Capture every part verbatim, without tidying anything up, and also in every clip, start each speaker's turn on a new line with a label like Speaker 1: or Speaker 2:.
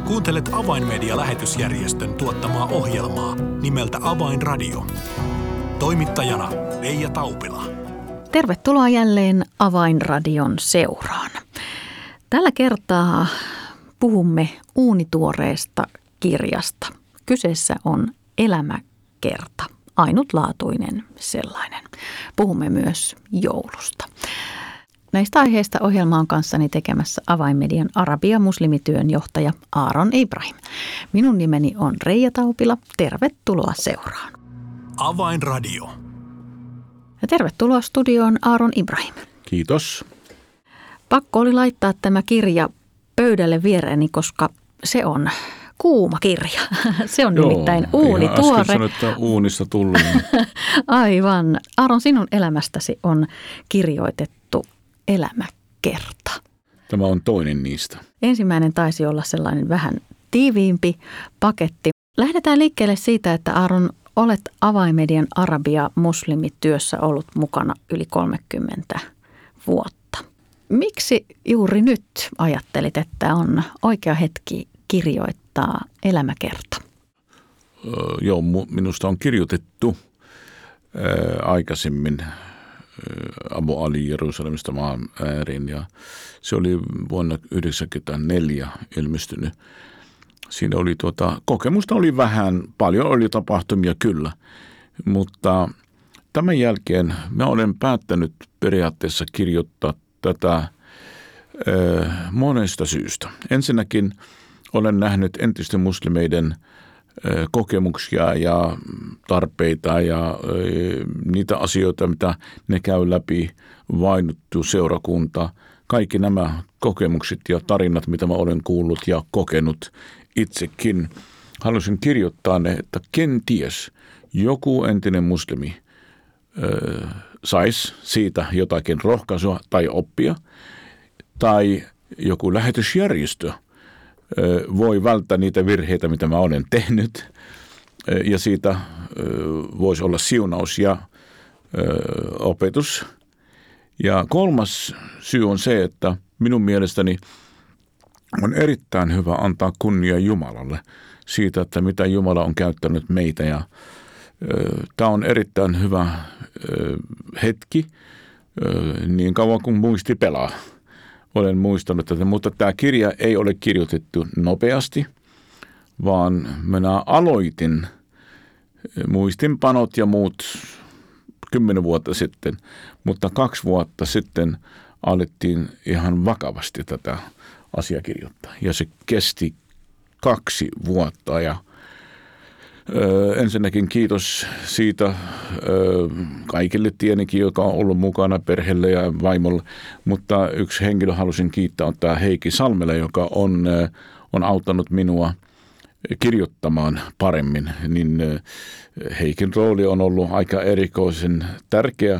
Speaker 1: Kuuntelet Avainmedia-lähetysjärjestön tuottamaa ohjelmaa nimeltä Avainradio. Toimittajana Leija Taupila.
Speaker 2: Tervetuloa jälleen Avainradion seuraan. Tällä kertaa puhumme uunituoreesta kirjasta. Kyseessä on elämäkerta, ainutlaatuinen sellainen. Puhumme myös joulusta. Näistä aiheista ohjelma on kanssani tekemässä Avainmedian arabia-muslimityön johtaja Aaron Ibrahim. Minun nimeni on Leija Taupila. Tervetuloa seuraan.
Speaker 1: Avainradio.
Speaker 2: Ja tervetuloa studioon Aaron Ibrahim.
Speaker 3: Kiitos.
Speaker 2: Pakko oli laittaa tämä kirja pöydälle viereeni, koska se on kuuma kirja. Se on Joo, nimittäin uunituore.
Speaker 3: Äsken sanoit, että uunista tullut.
Speaker 2: Aivan. Aaron, sinun elämästäsi on kirjoitettu elämäkerta.
Speaker 3: Tämä on toinen niistä.
Speaker 2: Ensimmäinen taisi olla sellainen vähän tiiviimpi paketti. Lähdetään liikkeelle siitä, että Aaron, olet Avainmedian arabia-muslimityössä ollut mukana yli kolmekymmentä vuotta. Miksi juuri nyt ajattelit, että on oikea hetki kirjoittaa elämäkerta?
Speaker 3: Öö, joo, minusta on kirjoitettu öö, aikaisemmin Abu Ali Jerusalemista maan ääriin ja se oli vuonna yhdeksänkymmentäneljä ilmestynyt. Siinä oli tuota, kokemusta oli vähän, paljon oli tapahtumia kyllä, mutta tämän jälkeen mä olen päättänyt periaatteessa kirjoittaa tätä ö, monesta syystä. Ensinnäkin olen nähnyt entisten muslimeiden ö, kokemuksia ja tarpeita ja ö, niitä asioita, mitä ne käy läpi, vainottu seurakunta. Kaikki nämä kokemukset ja tarinat, mitä mä olen kuullut ja kokenut itsekin. Halusin kirjoittaa ne, että kenties joku entinen muslimi ö, saisi siitä jotakin rohkaisua tai oppia, tai joku lähetysjärjestö ö, voi välttää niitä virheitä, mitä mä olen tehnyt, ö, ja siitä ö, voisi olla siunaus ja ö, opetus. Ja kolmas syy on se, että minun mielestäni on erittäin hyvä antaa kunnia Jumalalle siitä, että mitä Jumala on käyttänyt meitä. Ja tämä on erittäin hyvä hetki, niin kauan kuin muisti pelaa. Olen muistanut tätä, mutta tämä kirja ei ole kirjoitettu nopeasti, vaan minä aloitin muistinpanot ja muut kymmenen vuotta sitten, mutta kaksi vuotta sitten alettiin ihan vakavasti tätä asiaa kirjoittaa. Ja se kesti kaksi vuotta ja ö, ensinnäkin kiitos siitä ö, kaikille tienikin, joka on ollut mukana perheelle ja vaimolle, mutta yksi henkilö halusin kiittää on tämä Heikki Salmela, joka on, ö, on auttanut minua kirjoittamaan paremmin, niin Heikin rooli on ollut aika erikoisen tärkeä.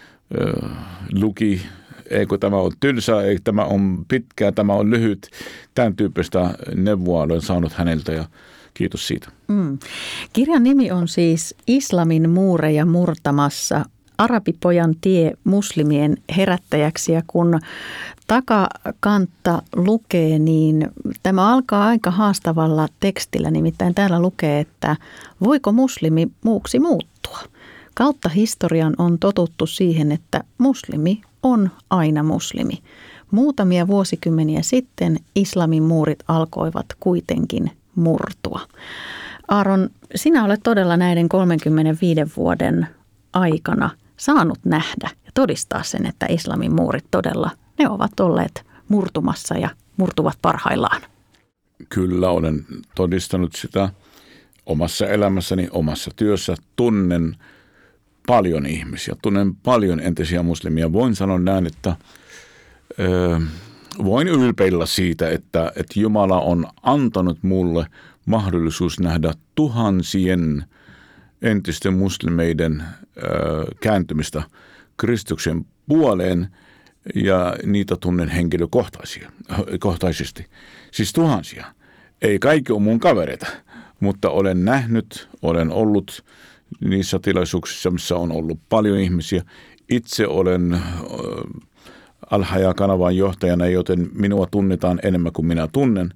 Speaker 3: Luki, eikö tämä on tylsää, ei tämä on pitkää, tämä on lyhyt. Tämän tyyppistä neuvoa olen saanut häneltä ja kiitos siitä.
Speaker 2: Mm. Kirjan nimi on siis Islamin muureja murtamassa. Arabipojan tie muslimien herättäjäksi, ja kun takakantta lukee, niin tämä alkaa aika haastavalla tekstillä. Nimittäin täällä lukee, että voiko muslimi muuksi muuttua? Kautta historian on totuttu siihen, että muslimi on aina muslimi. Muutamia vuosikymmeniä sitten islamin muurit alkoivat kuitenkin murtua. Aaron, sinä olet todella näiden kolmenkymmenenviiden vuoden aikana saanut nähdä ja todistaa sen, että islamin muurit todella, ne ovat olleet murtumassa ja murtuvat parhaillaan.
Speaker 3: Kyllä olen todistanut sitä omassa elämässäni, omassa työssä. Tunnen paljon ihmisiä, tunnen paljon entisiä muslimia. Voin sanoa näin, että ö, voin ylpeillä siitä, että, että Jumala on antanut mulle mahdollisuus nähdä tuhansien entisten muslimeiden ö, kääntymistä Kristuksen puoleen, ja niitä tunnen henkilökohtaisesti. Siis tuhansia. Ei kaikki ole mun kavereita, mutta olen nähnyt, olen ollut niissä tilaisuuksissa, missä on ollut paljon ihmisiä. Itse olen äh, Al-Haya-kanavan johtajana, joten minua tunnetaan enemmän kuin minä tunnen.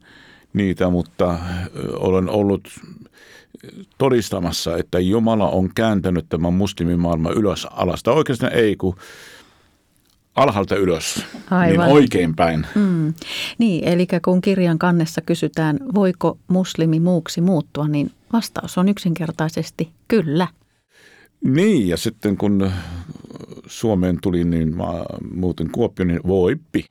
Speaker 3: niitä, mutta olen ollut todistamassa, että Jumala on kääntänyt tämän muslimimaailman ylös alasta. Oikeastaan ei, kun alhaalta ylös,
Speaker 2: Aivan.
Speaker 3: niin oikein päin.
Speaker 2: Mm. Niin, eli kun kirjan kannessa kysytään, voiko muslimi muuksi muuttua, niin vastaus on yksinkertaisesti kyllä.
Speaker 3: Niin, ja sitten kun Suomeen tuli, niin mä muuten Kuopio, niin voippi.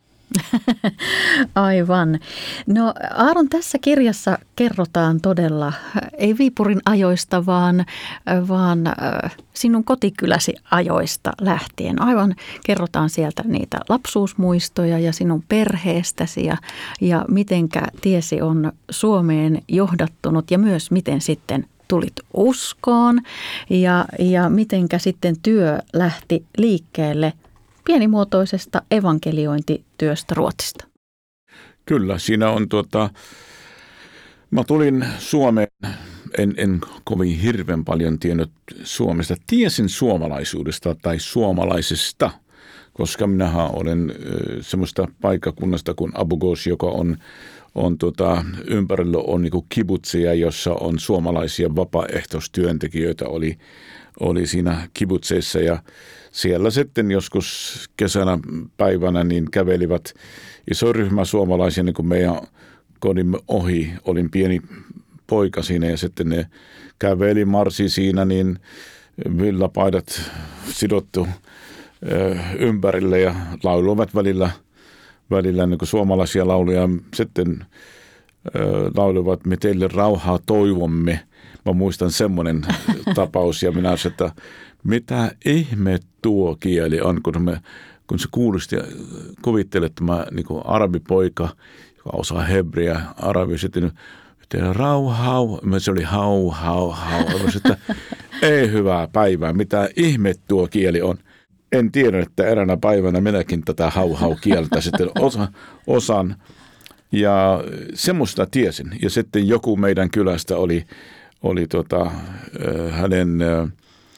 Speaker 2: Aivan. No Aaron, tässä kirjassa kerrotaan todella, ei Viipurin ajoista, vaan, vaan sinun kotikyläsi ajoista lähtien. Aivan kerrotaan sieltä niitä lapsuusmuistoja ja sinun perheestäsi ja, ja mitenkä tiesi on Suomeen johdattunut ja myös miten sitten tulit uskoon ja, ja mitenkä sitten työ lähti liikkeelle pienimuotoisesta evankeliointityöstä Ruotsista.
Speaker 3: Kyllä, siinä on tuota, mä tulin Suomeen, en, en kovin hirveän paljon tiennyt Suomesta. Tiesin suomalaisuudesta tai suomalaisesta, koska minähän olen semmoista paikkakunnasta kuin Abu Ghosh, joka on, on tuota, ympärillä on niin kuin kibutseja, jossa on suomalaisia vapaaehtoistyöntekijöitä oli, oli siinä kibutseissa ja siellä sitten joskus kesänä päivänä niin kävelivät iso ryhmä suomalaisia niin kuin meidän kodimme ohi. Olin pieni poika siinä ja sitten ne käveli marsi siinä niin villapaidat sidottu ympärille ja lauloivat välillä, välillä niin kuin suomalaisia lauluja. Sitten lauloivat, me teille rauhaa toivomme. Mä muistan semmoinen tapaus ja minä sanoin, että mitä ihme tuo kieli on, kun, me, kun se kuulosti ja kuvitteli, että mä niin kuin arabipoika, joka osaa hebreä, arabi, sitten teillä rauhaa, se oli hau, hau, hau. Että ei hyvää päivää, mitä ihme tuo kieli on. En tiedä, että eräänä päivänä minäkin tätä hau, hau kieltä sitten osa, osan. Ja semmoista tiesin. Ja sitten joku meidän kylästä oli, oli tota, hänen ää,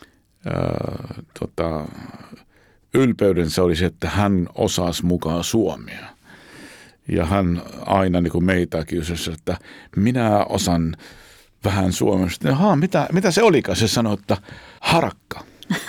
Speaker 3: tota, ylpeydensä oli se, että hän osasi mukaan suomea. Ja hän aina niin kuin meitä kysyi, että minä osan vähän suomesta. Jaha, mitä, mitä se olikaan? Se sanoi, että harakka.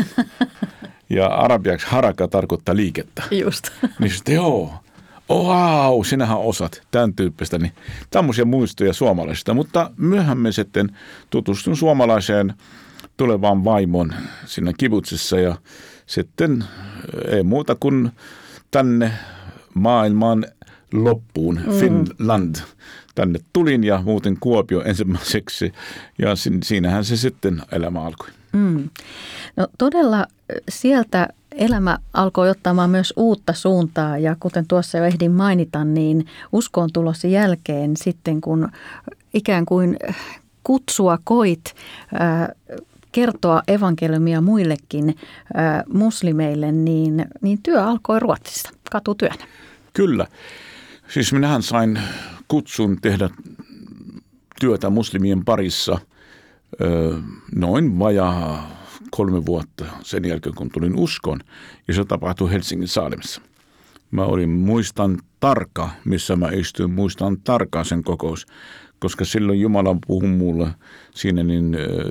Speaker 3: Ja arabiaksi harakka tarkoittaa liikettä.
Speaker 2: Just.
Speaker 3: Niin sitten joo. Wow, sinähän osat tämän tyyppistä, niin tämmöisiä muistoja suomalaisista, mutta myöhemmin sitten tutustun suomalaiseen tulevaan vaimon siinä kibutsissa ja sitten ei muuta kuin tänne maailman loppuun, mm. Finland. Tänne tulin ja muuten Kuopio ensimmäiseksi ja siinähän se sitten elämä alkoi.
Speaker 2: Mm. No todella sieltä elämä alkoi ottamaan myös uutta suuntaa ja kuten tuossa jo ehdin mainita, niin uskoon tulosi jälkeen sitten kun ikään kuin kutsua koit äh, kertoa evankeliumia muillekin äh, muslimeille, niin, niin työ alkoi Ruotsissa katutyönä.
Speaker 3: Kyllä. Siis minähän sain kutsun tehdä työtä muslimien parissa ö, noin vajaa kolme vuotta sen jälkeen, kun tulin uskoon. Ja se tapahtui Helsingin Saalemissa. Mä olin, muistan tarkka, missä mä istuin, muistan tarkkaan sen kokous, koska silloin Jumala puhui mulle siinä niin ö,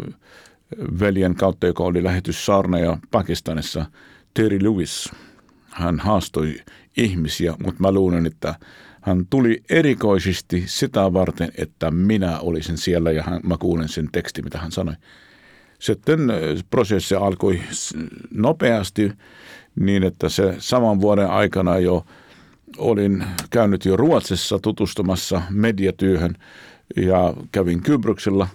Speaker 3: veljen kautta, joka oli lähetyssaarnaaja Pakistanissa, Terry Lewis. Hän haastoi ihmisiä, mutta mä luulen, että hän tuli erikoisesti sitä varten, että minä olisin siellä ja hän, mä kuulen sen teksti, mitä hän sanoi. Sitten prosessi alkoi nopeasti niin, että se saman vuoden aikana jo olin käynyt jo Ruotsissa tutustumassa mediatyöhön ja kävin Kyproksella.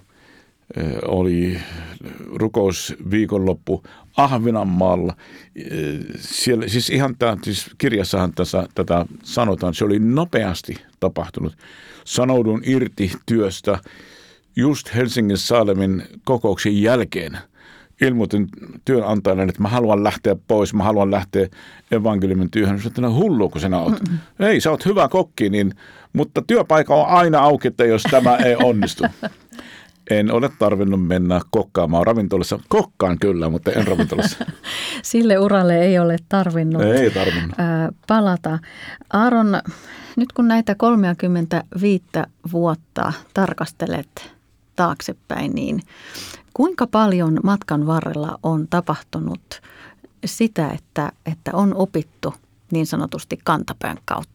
Speaker 3: Oli rukous viikonloppu Ahvenanmaalla. Siellä, siis ihan tämä, siis kirjassahan tässä, tätä sanotaan, se oli nopeasti tapahtunut. Sanoudun irti työstä just Helsingin Saalemin kokouksen jälkeen. Ilmoitin työnantajalle, että mä haluan lähteä pois, mä haluan lähteä evankeliumin työhön. Mä sanoin, hullu kun sinä oot. Mm-mm. Ei, sä oot hyvä kokki, niin, mutta työpaikka on aina auki, että jos tämä ei onnistu. En ole tarvinnut mennä kokkaamaan ravintolassa. Kokkaan kyllä, mutta en ravintolassa.
Speaker 2: Sille uralle ei ole tarvinnut,
Speaker 3: ei tarvinnut.
Speaker 2: Ää, palata. Aaron, nyt kun näitä kolmekymmentäviisi vuotta tarkastelet taaksepäin, niin kuinka paljon matkan varrella on tapahtunut sitä, että, että on opittu niin sanotusti kantapään kautta?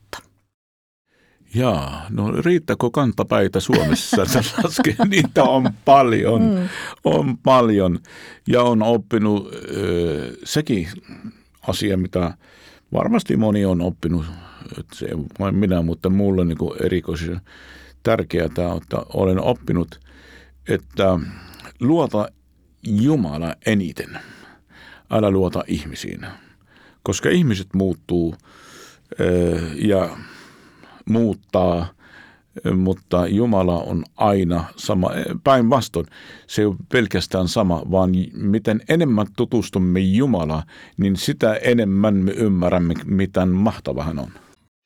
Speaker 3: Jaa, no riittääkö kantapäitä Suomessa? Niitä on paljon, mm. on paljon. Ja on oppinut äh, sekin asia, mitä varmasti moni on oppinut, että se ei vain minä, mutta mulle niin kuin erikoisen tärkeää tämä, että olen oppinut, että luota Jumala eniten, älä luota ihmisiin, koska ihmiset muuttuu äh, ja muuttaa, mutta Jumala on aina sama. Päinvastoin se ei ole pelkästään sama, vaan miten enemmän tutustumme Jumalaan, niin sitä enemmän me ymmärrämme, miten mahtava hän on.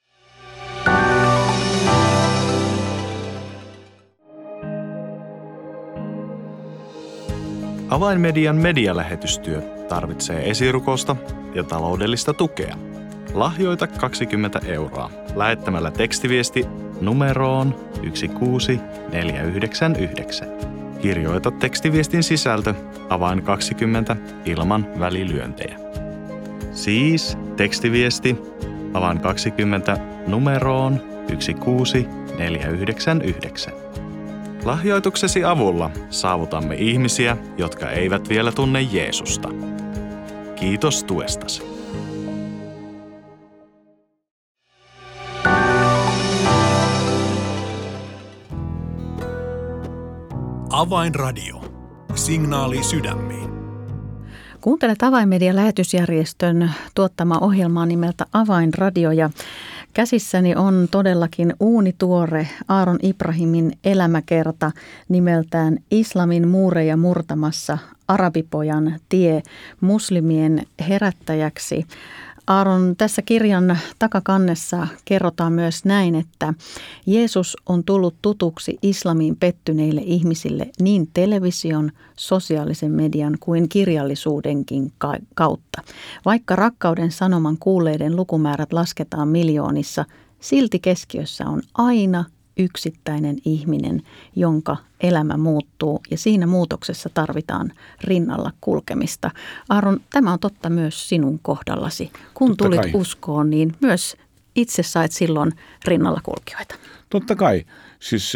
Speaker 4: Avainmedian medialähetystyö tarvitsee esirukousta ja taloudellista tukea. Lahjoita kaksikymmentä euroa lähettämällä tekstiviesti numeroon yksi kuusi neljä yhdeksän yhdeksän. Kirjoita tekstiviestin sisältö avain kaksikymmentä ilman välilyöntejä. Siis tekstiviesti avain kaksikymmentä numeroon yksi kuusi neljä yhdeksän yhdeksän. Lahjoituksesi avulla saavutamme ihmisiä, jotka eivät vielä tunne Jeesusta. Kiitos tuestasi.
Speaker 1: Avainradio. Signaali sydämiin.
Speaker 2: Kuuntelet Avainmedian lähetysjärjestön tuottama ohjelmaa nimeltä Avainradio ja käsissäni on todellakin uunituore Aaron Ibrahimin elämäkerta nimeltään Islamin muureja murtamassa arabipojan tie muslimien herättäjäksi. Aaron, tässä kirjan takakannessa kerrotaan myös näin, että Jeesus on tullut tutuksi islamiin pettyneille ihmisille niin television, sosiaalisen median kuin kirjallisuudenkin kautta. Vaikka rakkauden sanoman kuulleiden lukumäärät lasketaan miljoonissa, silti keskiössä on aina yksittäinen ihminen, jonka elämä muuttuu ja siinä muutoksessa tarvitaan rinnalla kulkemista. Aaron, tämä on totta myös sinun kohdallasi. Kun totta tulit kai uskoon, niin myös itse sait silloin rinnalla kulkijoita.
Speaker 3: Totta kai. Siis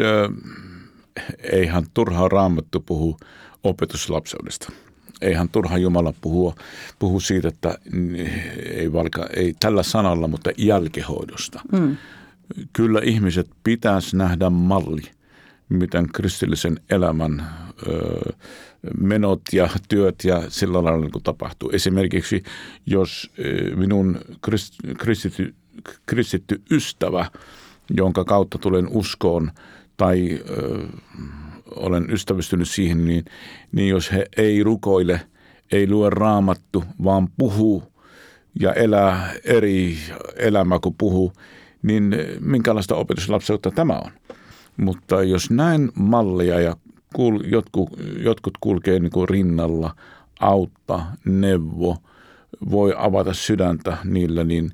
Speaker 3: äh, eihän turhaa Raamattu puhu opetuslapseudesta. Eihän turha Jumala puhua, puhu siitä, että ei, valka, ei tällä sanalla, mutta jälkehoidosta. Mm. Kyllä ihmiset pitäisi nähdä malli, miten kristillisen elämän ö, menot ja työt ja sillä lailla niin tapahtuu. Esimerkiksi jos ö, minun krist, kristitty, kristitty ystävä, jonka kautta tulen uskoon tai ö, olen ystävystynyt siihen, niin, niin jos he ei rukoile, ei lue Raamattu, vaan puhuu ja elää eri elämää kuin puhuu, niin minkälaista opetuslapseutta tämä on. Mutta jos näin mallia ja kuul, jotkut, jotkut kulkee niin kuin rinnalla, auttaa, neuvo, voi avata sydäntä niillä, niin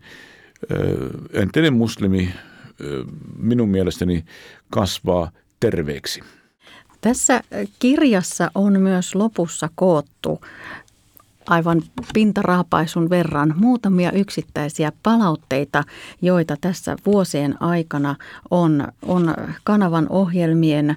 Speaker 3: entinen muslimi minun mielestäni kasvaa terveeksi.
Speaker 2: Tässä kirjassa on myös lopussa koottu aivan pintaraapaisun verran muutamia yksittäisiä palautteita, joita tässä vuosien aikana on, on kanavan ohjelmien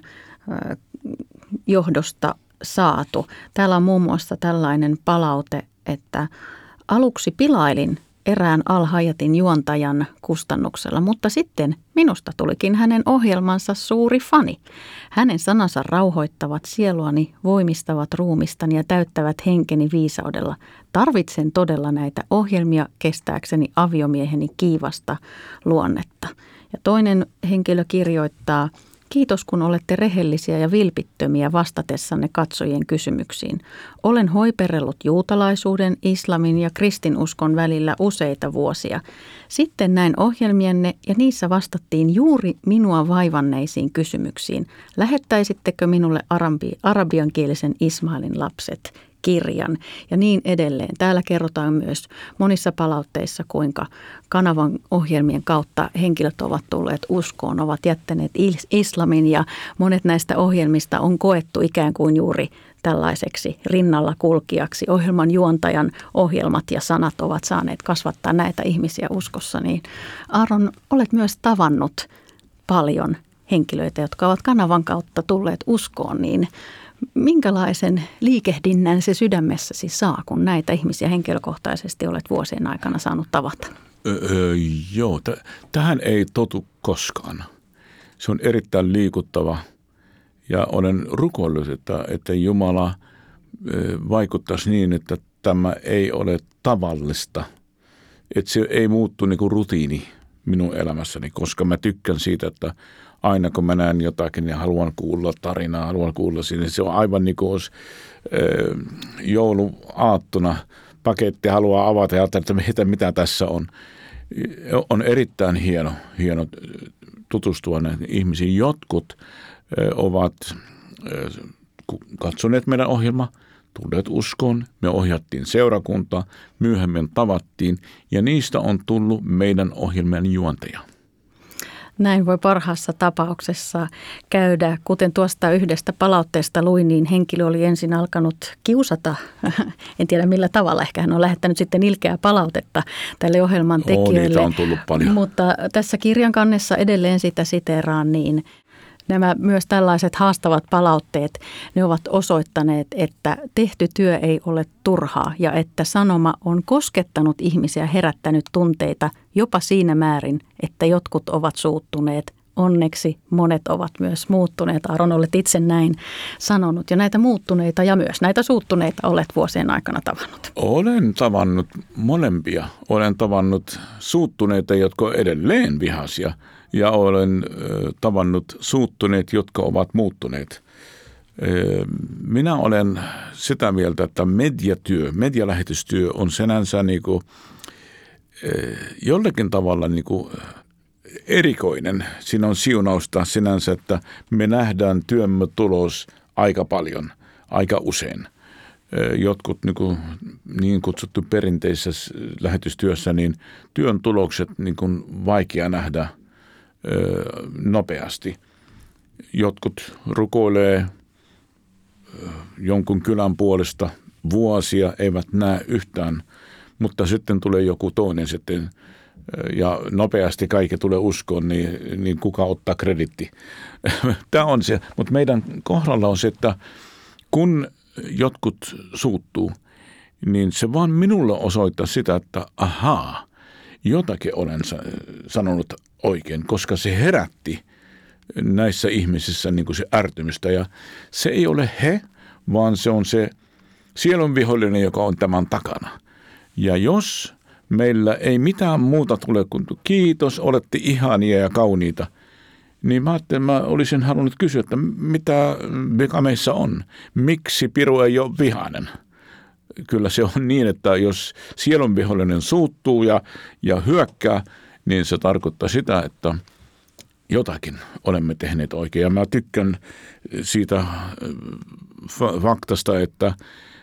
Speaker 2: johdosta saatu. Täällä on muun muassa tällainen palaute, että aluksi pilailin erään Al-Hayatin juontajan kustannuksella, mutta sitten minusta tulikin hänen ohjelmansa suuri fani. Hänen sanansa rauhoittavat sieluani, voimistavat ruumistani ja täyttävät henkeni viisaudella. Tarvitsen todella näitä ohjelmia kestääkseni aviomieheni kiivasta luonnetta. Ja toinen henkilö kirjoittaa, Kiitos, kun olette rehellisiä ja vilpittömiä vastatessanne katsojien kysymyksiin. Olen hoiperellut juutalaisuuden, islamin ja kristinuskon välillä useita vuosia. Sitten näin ohjelmienne ja niissä vastattiin juuri minua vaivanneisiin kysymyksiin. Lähettäisittekö minulle arabi, arabiankielisen Ismailin lapset kirjan ja niin edelleen. Täällä kerrotaan myös monissa palautteissa, kuinka kanavan ohjelmien kautta henkilöt ovat tulleet uskoon, ovat jättäneet islamin ja monet näistä ohjelmista on koettu ikään kuin juuri tällaiseksi rinnalla kulkijaksi. Ohjelman juontajan ohjelmat ja sanat ovat saaneet kasvattaa näitä ihmisiä uskossa. Niin Aaron, olet myös tavannut paljon henkilöitä, jotka ovat kanavan kautta tulleet uskoon, niin minkälaisen liikehdinnän se sydämessäsi saa, kun näitä ihmisiä henkilökohtaisesti olet vuosien aikana saanut tavata?
Speaker 3: Öö, joo, t- tähän ei totu koskaan. Se on erittäin liikuttava ja olen rukoillut, että, että Jumala ö, vaikuttaisi niin, että tämä ei ole tavallista. Että se ei muuttu niin kuin rutiini minun elämässäni, koska mä tykkään siitä, että aina kun mä näen jotakin ja haluan kuulla tarinaa, haluan kuulla siinä, se on aivan niin kuin olisi ö, jouluaattona paketti haluaa avata ja ajatella, että mitä tässä on. On erittäin hieno, hieno tutustua näihin ihmisiin. Jotkut ö, ovat ö, katsoneet meidän ohjelma, tulleet uskoon, me ohjattiin seurakuntaa, myöhemmin tavattiin ja niistä on tullut meidän ohjelmien juontaja.
Speaker 2: Näin voi parhaassa tapauksessa käydä. Kuten tuosta yhdestä palautteesta luin, niin henkilö oli ensin alkanut kiusata. En tiedä millä tavalla. Ehkä hän on lähettänyt sitten ilkeää palautetta tälle ohjelman tekijöille.
Speaker 3: Oo, niitä on tullut paljon.
Speaker 2: Mutta tässä kirjan kannessa edelleen sitä siteeraan, niin nämä myös tällaiset haastavat palautteet, ne ovat osoittaneet, että tehty työ ei ole turhaa ja että sanoma on koskettanut ihmisiä, herättänyt tunteita jopa siinä määrin, että jotkut ovat suuttuneet. Onneksi monet ovat myös muuttuneet. Aaron, olet itse näin sanonut ja näitä muuttuneita ja myös näitä suuttuneita olet vuosien aikana tavannut.
Speaker 3: Olen tavannut molempia. Olen tavannut suuttuneita, jotka ovat edelleen vihaisia. Ja olen ö, tavannut suuttuneet, jotka ovat muuttuneet. Ö, minä olen sitä mieltä, että mediatyö, medialähetystyö on sinänsä niinku, ö, jollakin tavalla niinku erikoinen. Siinä on siunausta sinänsä, että me nähdään työmme tulos aika paljon, aika usein. Ö, jotkut niinku, niin kutsuttu perinteisessä lähetystyössä, niin työn tulokset niinku vaikea nähdä nopeasti. Jotkut rukoilee jonkun kylän puolesta vuosia, eivät näe yhtään, mutta sitten tulee joku toinen sitten ja nopeasti kaikki tulee uskoon, niin, niin kuka ottaa kreditti. Tämä on se, mutta meidän kohdalla on se, että kun jotkut suuttuu, niin se vaan minulle osoittaa sitä, että ahaa, jotakin olen sanonut oikein, koska se herätti näissä ihmisissä niin kuin se ärtymystä. Ja se ei ole he, vaan se on se sielun vihollinen, joka on tämän takana. Ja jos meillä ei mitään muuta tule kuin kiitos, olette ihania ja kauniita, niin mä ajattelin, mä olisin halunnut kysyä, että mitä vika meissä on? Miksi piru ei ole vihainen? Kyllä se on niin, että jos sielun vihollinen suuttuu ja, ja hyökkää, niin se tarkoittaa sitä, että jotakin olemme tehneet oikein. Ja mä tykkään siitä faktasta, että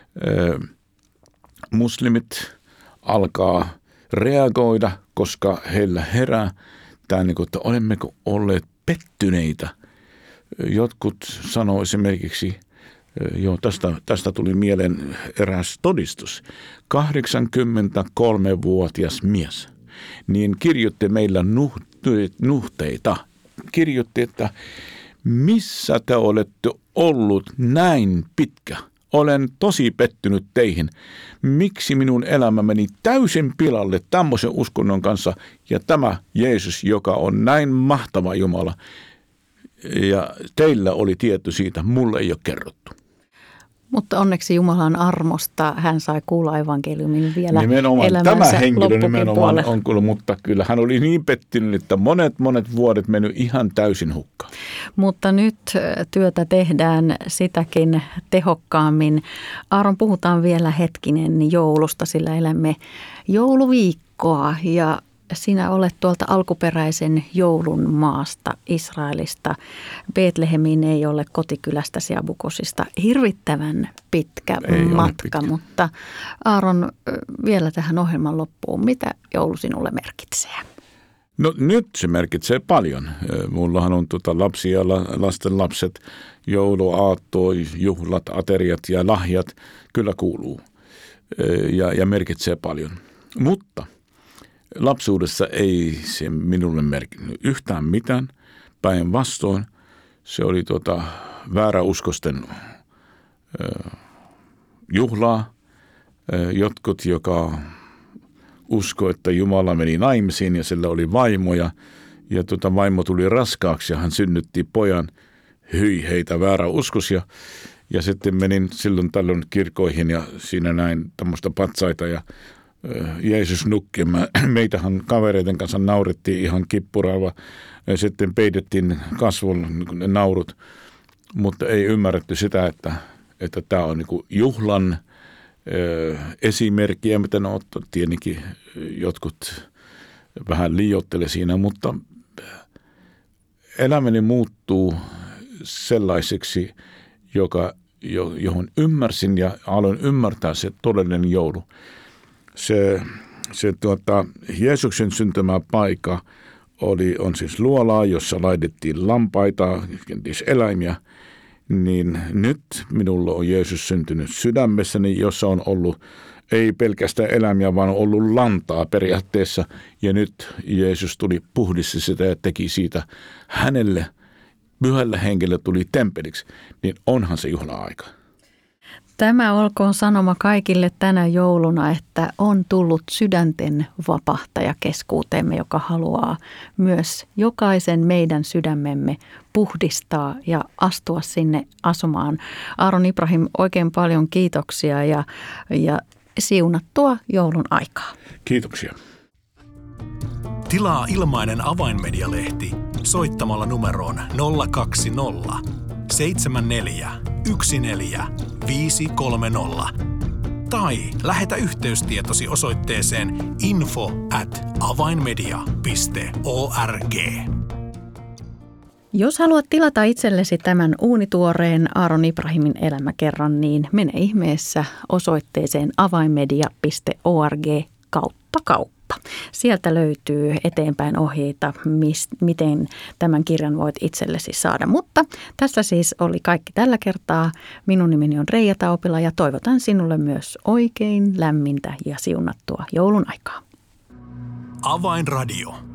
Speaker 3: muslimit alkaa reagoida, koska heillä herää tämä, että olemmeko olleet pettyneitä. Jotkut sanoo esimerkiksi, joo, tästä, tästä tuli mieleen eräs todistus. kahdeksankymmentäkolmevuotias mies, niin kirjoitti meillä nuhteita. Kirjoitti, että missä te olette ollut näin pitkä? Olen tosi pettynyt teihin. Miksi minun elämä meni täysin pilalle tämmöisen uskonnon kanssa ja tämä Jeesus, joka on näin mahtava Jumala. Ja teillä oli tieto siitä, mulle ei ole kerrottu.
Speaker 2: Mutta onneksi Jumalan armosta hän sai kuulla evankeliumin vielä
Speaker 3: nimenomaan,
Speaker 2: elämänsä
Speaker 3: tämä henkilö nimenomaan
Speaker 2: puolella.
Speaker 3: on kyllä, mutta kyllä hän oli niin pettynyt, että monet monet vuodet mennyt ihan täysin hukkaan.
Speaker 2: Mutta nyt työtä tehdään sitäkin tehokkaammin. Aaron, puhutaan vielä hetkinen joulusta, sillä elämme jouluviikkoa ja sinä olet tuolta alkuperäisen joulun maasta, Israelista. Betlehemiin ei ole kotikylästäsi Abukosista hirvittävän pitkä
Speaker 3: ei
Speaker 2: matka,
Speaker 3: pitkä.
Speaker 2: Mutta Aaron, vielä tähän ohjelman loppuun, mitä joulu sinulle merkitsee?
Speaker 3: No nyt se merkitsee paljon. Mullahan on tuota lapsia ja lasten lapset, jouluaatto, juhlat, ateriat ja lahjat kyllä kuuluu ja, ja merkitsee paljon. Mutta lapsuudessa ei se minulle merkinnyt yhtään mitään. Päinvastoin se oli tuota vääräuskosten ö, juhlaa. Ö, jotkut, joka uskoi, että Jumala meni naimisiin ja sillä oli vaimo ja, ja tuota vaimo tuli raskaaksi ja hän synnytti pojan. Hyi heitä vääräuskoisia. Ja sitten menin silloin tällöin kirkkoihin ja siinä näin tämmöistä patsaita ja Jeesus nukki. Meitähän kavereiden kanssa naurettiin ihan kippuraava. Sitten peitettiin kasvon ne naurut, mutta ei ymmärretty sitä, että, että tämä on niin kuin juhlan ö, esimerkkiä, mitä ne ottaa. Tietenkin jotkut vähän liioittele siinä, mutta elämäni muuttuu sellaiseksi, joka, johon ymmärsin ja aloin ymmärtää se todellinen joulu. Se, se tuota, Jeesuksen syntymäpaikka oli, on siis luolaa, jossa laitettiin lampaita, kenties eläimiä, niin nyt minulla on Jeesus syntynyt sydämessäni, jossa on ollut ei pelkästään eläimiä, vaan on ollut lantaa periaatteessa. Ja nyt Jeesus tuli, puhdisti sitä ja teki siitä hänelle, pyhällä henkilölle tuli temppeliksi, niin onhan se juhla-aika.
Speaker 2: Tämä olkoon sanoma kaikille tänä jouluna, että on tullut sydänten vapahtaja keskuuteemme, joka haluaa myös jokaisen meidän sydämemme puhdistaa ja astua sinne asumaan. Aaron Ibrahim, oikein paljon kiitoksia ja, ja siunattua joulun aikaa.
Speaker 3: Kiitoksia.
Speaker 1: Tilaa ilmainen Avainmedia-lehti soittamalla numeroon nolla kaksi nolla seitsemän neljä yksi neljä viisi kolme nolla tai lähetä yhteystietosi osoitteeseen info at avainmedia piste org.
Speaker 2: Jos haluat tilata itsellesi tämän uunituoreen Aaron Ibrahimin elämäkerran, niin mene ihmeessä osoitteeseen avainmedia piste org kautta kauppa. Sieltä löytyy eteenpäin ohjeita, mis, miten tämän kirjan voit itsellesi saada. Mutta tässä siis oli kaikki tällä kertaa. Minun nimeni on Reija Taupila ja toivotan sinulle myös oikein lämmintä ja siunattua joulun aikaa.
Speaker 1: Avainradio.